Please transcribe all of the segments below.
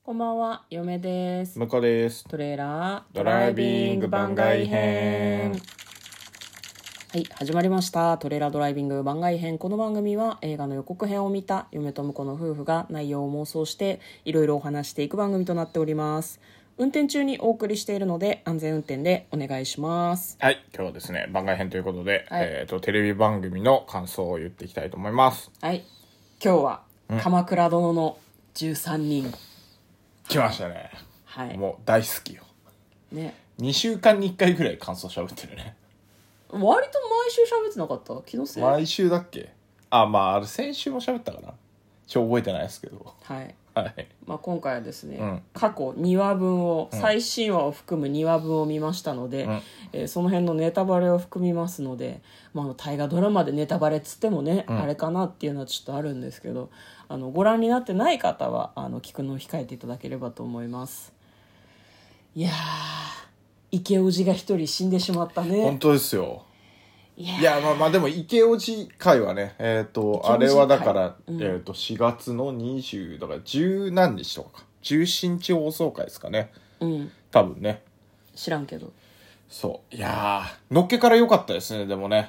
こんばんは、嫁です。 向こうです。 トレーラードライビング番外編。 はい、始まりました。トレーラードライビング番外編。この番組は映画の予告編を見た嫁と婿の夫婦が内容を妄想していろいろお話していく番組となっております。運転中にお送りしているので安全運転でお願いします。 はい、今日はですね、番外編ということで、 はいテレビ番組の感想を言っていきたいと思います。 はい、今日は鎌倉殿の13人。 来ましたね。 はい。 もう大好きよ。 ね。 2週間に1回ぐらい感想喋ってるね。 割と毎週喋ってなかった？気のせい？ 毎週だっけ？あれ先週も喋ったかな。覚えてないですけど。 はい。 はい。 今回はですね、 うん過去2話分を、最新話を含む2話分を見ましたので、その辺のネタバレを含みますので、大河ドラマでネタバレっつってもね、あれかなっていうのはちょっとあるんですけど、ご覧になってない方は聞くのを控えていただければと思います。いやー、池叔父が一人死んでしまったね。 本当ですよ。 いやいや、でも池叔父会はね、あれはだから、4月の20、だから十何日とかか。17日放送会ですかね。多分ね。 知らんけど。 そう。いやー、のっけから良かったですね、でもね。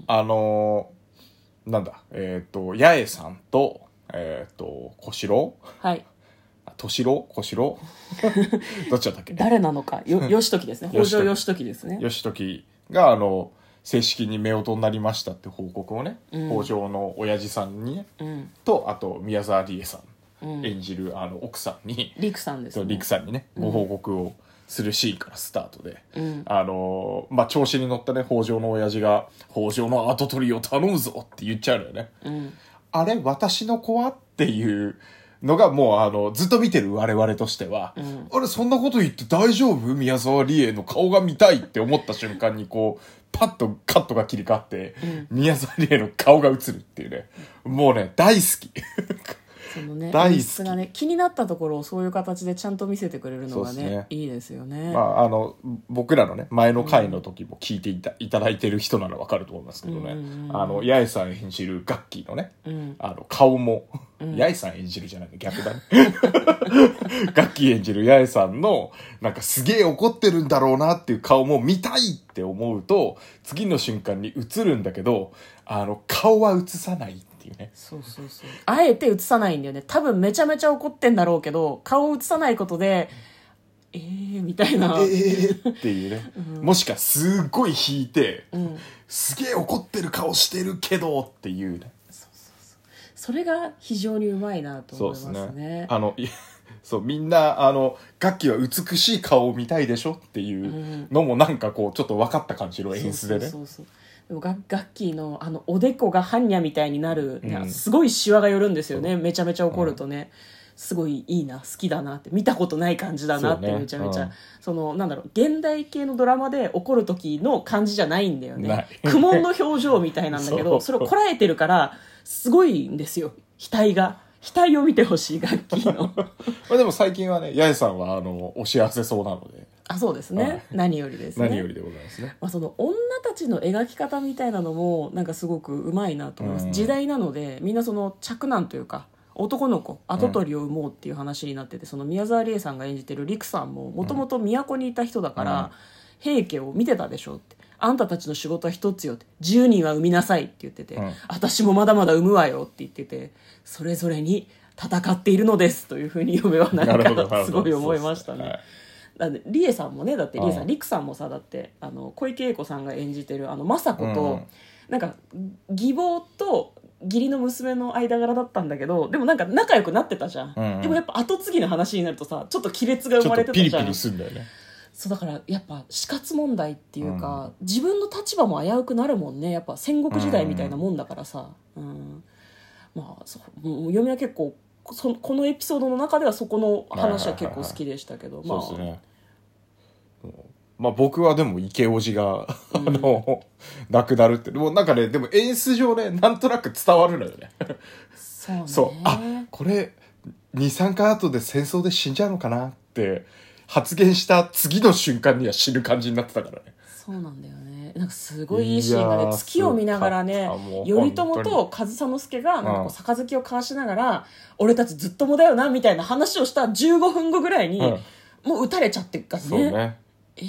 なんだ、八重さんと、小四郎はい。 敏郎小四郎どっちだったっけ？ 誰なのか。義時ですね。北条義時ですね。 義時が、正式に夫婦になりましたって報告をね、北条の親父さんにね、と、あと、宮沢りえさん演じる、奥さんに、 陸さんですね。 陸さんにね、ご報告をするシーンからスタートで、調子に乗ったね、北条の親父が、北条の跡取りを頼むぞって言っちゃうのよね。あれ、私の子はっていうのがもうずっと見てる我々としては、あれ、そんなこと言って大丈夫？宮沢りえの顔が見たいって思った瞬間にこう、パッとカットが切り替わって、宮沢りえの顔が映るっていうね。もうね、大好き。 そのね、 大好き演出がね、気になったところをそういう形でちゃんと見せてくれるのがね、 いいですよね。 僕らのね、前の回の時も聞いていただいてる人ならわかると思いますけどね、八重さん演じるガッキーのね、顔も、八重さん演じるじゃないか、逆だね。ガッキー演じる八重さんの、なんかすげえ怒ってるんだろうなっていう顔も見たいって思うと、次の瞬間に映るんだけど、顔は映さない。 そうあえて映さないんだよね。多分めちゃめちゃ怒ってんだろうけど、顔を映さないことでみたいなっていうね、もしくはすっごい引いて、すげえ怒ってる顔してるけどっていうね。 それが非常にうまいなと思いますね。そうですね。 そう、みんな楽器は美しい顔を見たいでしょっていうのもなんかこうちょっと分かった感じの演出でね。 そうでもガッキーのおでこが般若みたいになる、すごいシワが寄るんですよね。めちゃめちゃ怒るとね、すごいいいな、好きだなって、見たことない感じだなって、めちゃめちゃ、なんだろう、現代系のドラマで怒る時の感じじのないんだよね。苦悶の表情みたいなんだけど、それをこらえてるからすごいんですよ。額を見てほしい、ガッキーの。 でも最近はね、八重さんはお幸せそうなので。 そうですね、何よりですね。 何よりでございますね。 その女たちの描き方みたいなのもなんかすごくうまいなと思います。時代なのでみんなその嫡男というか男の子跡取りを産もうっていう話になってて、その宮沢りえさんが演じてる陸さんももともと都にいた人だから、平家を見てたでしょって、あんたたちの仕事は一つよって、10人は産みなさいって言ってて、私もまだまだ産むわよって言ってて、それぞれに戦っているのですというふうに嫁はなんかすごい思いましたね。だってリエさんもね、だってリエさん、陸さんもさ、だって小池栄子さんが演じてる政子と、なんか義母と義理の娘の間柄だったんだけど、でもなんか仲良くなってたじゃん、でもやっぱ後継ぎの話になるとさ、ちょっと亀裂が生まれてたじゃん。 ちょっとピリピリすんだよね。 そうだからやっぱ死活問題っていうか、自分の立場も危うくなるもんね。やっぱ戦国時代みたいなもんだからさ、嫁は結構このエピソードの中ではそこの話は結構好きでしたけど、 そうですね。僕はでも池叔父が亡くなるってもうなんかね、でも演出上ね、なんとなく伝わるのよね。そう、これ 2,3 回後で戦争で死んじゃうのかなって発言した次の瞬間には死ぬ感じになってたからね。 そうなんだよね。 なんかすごいいいシーンがね、 いやー月を見ながらねすごかったもう頼朝と上総介がなんかこう杯を交わしながら、俺たちずっともだよなみたいな話をした15分後ぐらいに、もう撃たれちゃってるからね。 そうね。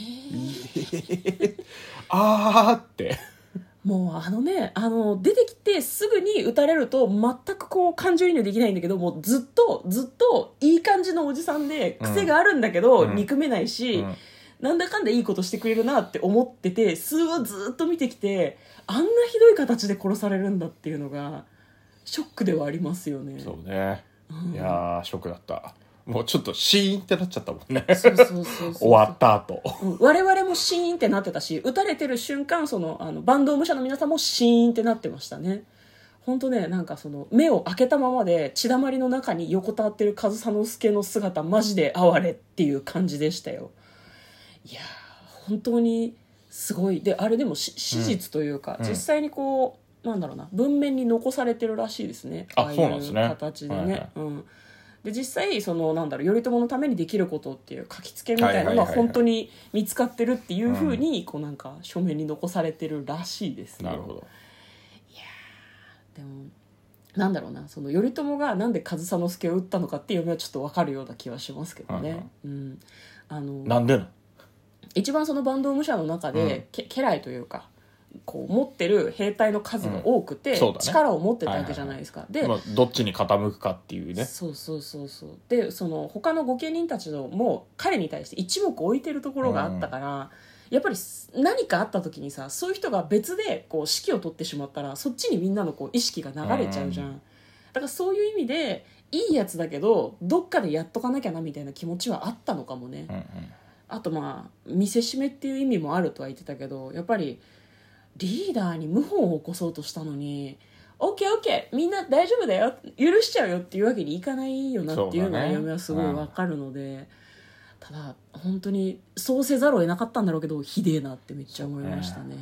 あーってもう出てきてすぐに撃たれると全くこう感情移入できないんだけど、もうずっといい感じのおじさんで癖があるんだけど、憎めないし、なんだかんだいいことしてくれるなって思ってて、数話ずっと見てきて、あんなひどい形で殺されるんだっていうのがショックではありますよね。 そうね、いやーショックだった。もうちょっとシーンってなっちゃったもんね。 そう終わった後、 我々もシーンってなってたし、撃たれてる瞬間坂東武者の皆さんもシーンってなってましたね。本当ね、なんか目を開けたままで血だまりの中に横たわってる上総介の姿マジで哀れっていう感じでしたよ。いやー本当にすごい。であれでも史実というか、実際にこうなんだろうな、文面に残されてるらしいですね。ああいう形でね。で実際なんだろう、頼朝のためにできることっていう書きつけみたいなのは本当に見つかってるっていう風にこうなんか書面に残されてるらしいですね。 なるほど。 いやでもなんだろうな、頼朝がなんで上総介を撃ったのかっていうのはちょっと分かるような気はしますけどね。 なんでの一番坂東武者の中で、家来というかこう持ってる兵隊の数が多くて、 そうだね、 力を持ってたわけじゃないですか。で、 どっちに傾くかっていうね。 そうで他の御家人たちのも彼に対して一目置いてるところがあったから、やっぱり何かあった時にさ、そういう人が別でこう指揮を取ってしまったらそっちにみんなのこう意識が流れちゃうじゃん。だからそういう意味でいいやつだけどどっかでやっとかなきゃなみたいな気持ちはあったのかもね。あと見せしめっていう意味もあるとは言ってたけど、やっぱりリーダーに謀反を起こそうとしたのに、オッケーみんな大丈夫だよ、許しちゃうよっていうわけにいかないよなっていうのは嫁はすごいわかるので、ただ本当にそうせざるを得なかったんだろうけど、ひでえなってめっちゃ思いましたね。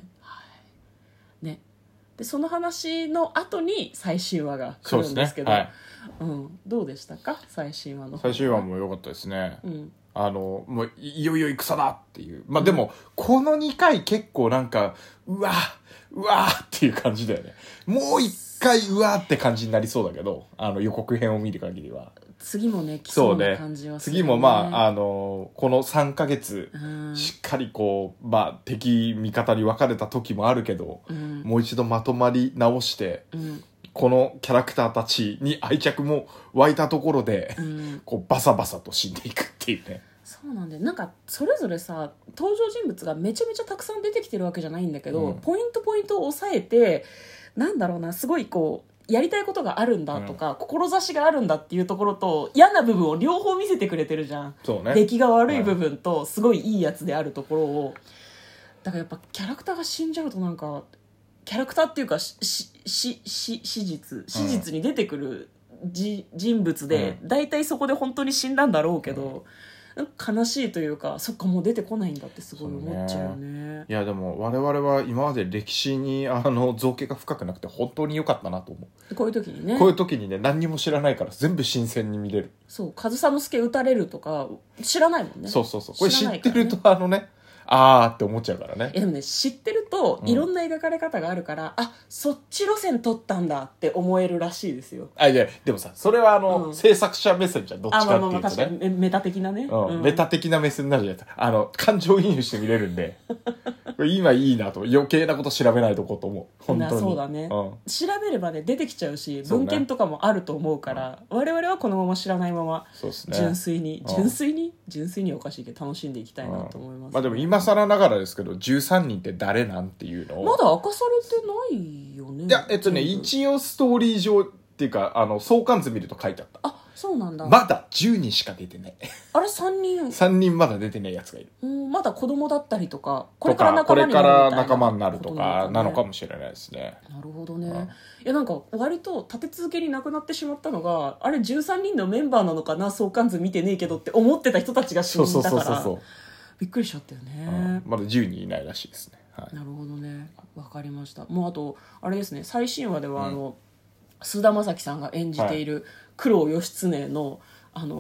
ね。でその話の後に最新話が来るんですけど、どうでしたか最新話の方。 最新話も良かったですね。もういよいよ戦だっていう。でもこの2回結構なんかうわっていう感じだよね。もう1回うわって感じになりそうだけど、予告編を見る限りは次もね来そうな感じはする、ね、 次もこの3ヶ月しっかりこう敵味方に分かれた時もあるけど、もう一度まとまり直して、このキャラクターたちに愛着も湧いたところで、こうバサバサと死んでいくっていうね。 そうなんで、なんかそれぞれさ登場人物がめちゃめちゃたくさん出てきてるわけじゃないんだけど、ポイントを押さえて、なんだろうな、すごいこうやりたいことがあるんだとか、志があるんだっていうところと嫌な部分を両方見せてくれてるじゃん。 そうね、 出来が悪い部分とすごいいいやつであるところを、だからやっぱキャラクターが死んじゃうと、なんかキャラクターっていうか史実に出てくる人物で、大体そこで本当に死んだんだろうけど、悲しいというか、そっかもう出てこないんだってすごい思っちゃうね。 いやでも我々は今まで歴史に造形が深くなくて本当に良かったなと思う。 こういう時にね、 何にも知らないから全部新鮮に見れる。 そう上総介撃たれるとか知らないもんね。 そうこれ知ってるとあーって思っちゃうからね。 でもね、知ってるといろんな描かれ方があるから、そっち路線取ったんだって思えるらしいですよ。 いやでもさ、それは制作者目線じゃん、どっちかっていうとね。 確かにメタ的なね、 メタ的な目線になるじゃないですか。感情移入して見れるんでこれ今いいなと、余計なこと調べないとこうと思う、本当に。 そうだね、調べればね出てきちゃうし、文献とかもあると思うから、我々はこのまま知らないまま、純粋にはおかしいけど楽しんでいきたいなと思います、 でも今更ながらですけど、13人って誰なんっていうのをまだ明かされてないよね。 いや一応ストーリー上っていうか相関図見ると書いてあった。 そうなんだ。 まだ10人しか出てない。 あれ3人 3人まだ出てないやつがいる。 まだ子供だったりとか、 これから仲間になるとかなのかもしれないですね。 なるほどね。いやなんか割と立て続けに亡くなってしまったのが、あれ13人のメンバーなのかな、相関図見てねえけどって思ってた人たちが死んだからびっくりしちゃったよね。 まだ10人いないらしいですね。 なるほどね、わかりました。もうあとあれですね、最新話では菅田将暉さんが演じている九郎義経の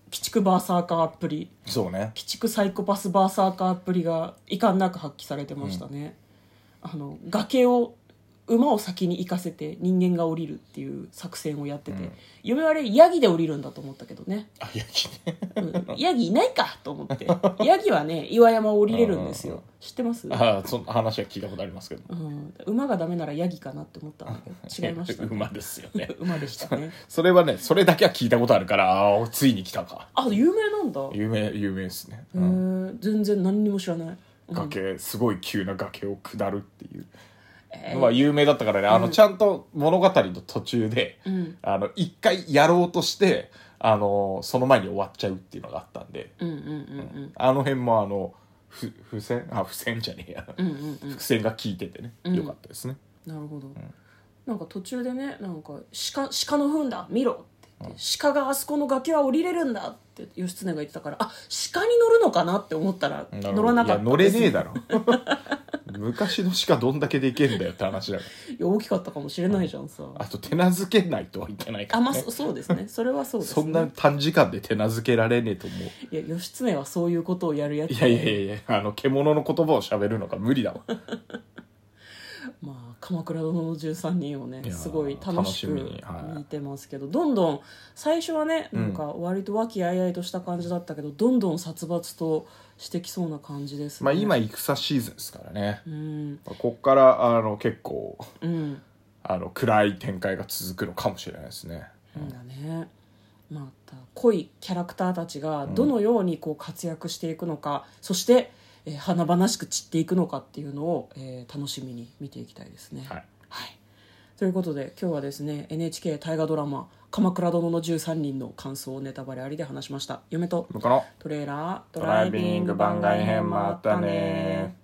鬼畜バーサーカーっぷり、 そうね。 鬼畜サイコパスバーサーカーっぷりが遺憾なく発揮されてましたね、崖を馬を先に行かせて人間が降りるっていう作戦をやってて、嫁はあれヤギで降りるんだと思ったけどね、 あ、ヤギね。 ヤギいないかと思って。ヤギはね岩山を降りれるんですよ。知ってます？ ああ、その話は聞いたことありますけど。 馬がダメならヤギかなって思ったんだけど違いましたね。 馬ですよね。 馬でしたね。 それはね、それだけは聞いたことあるから、ああ、ついに来たか。 あ、有名なんだ。 有名ですね。 全然何にも知らない。 崖、すごい急な崖を下るっていう。まあ有名だったからね、ちゃんと物語の途中で、一回やろうとして、その前に終わっちゃうっていうのがあったんで、あの辺も付箋じゃねえや、伏線が効いててね、よかったですね。 なるほど。なんか途中でね、なんか鹿の糞だ見ろって言って、鹿があそこの崖は降りれるんだって義経が言ってたから、あ、鹿に乗るのかなって思ったら乗らなかった。 いや乗れねえだろ。昔の鹿どんだけでけんだよって話だから。 いや大きかったかもしれないじゃんさ。 あと手なずけないとはいけないから、ね。 あ、まあそうですね。それはそうですね。 そんな短時間で手なずけられねえと思う。 いや義経はそういうことをやるやつ。 いや獣の言葉を喋るのが無理だわ。 まあ鎌倉殿の13人をねすごい楽しく見てますけど、どんどん最初はねなんか割と和気あいあいとした感じだったけど、どんどん殺伐としてきそうな感じですね。 まあ今戦シーズンですからね。こっから結構、暗い展開が続くのかもしれないですね。 だね。また濃いキャラクターたちがどのようにこう活躍していくのか、そして華々しく散っていくのかっていうのを、楽しみに見ていきたいですね。 はいということで今日はですね NHK 大河ドラマ「鎌倉殿の13人」の感想をネタバレありで話しました。嫁と向こうのトレーラードドライビング番外編もあったね。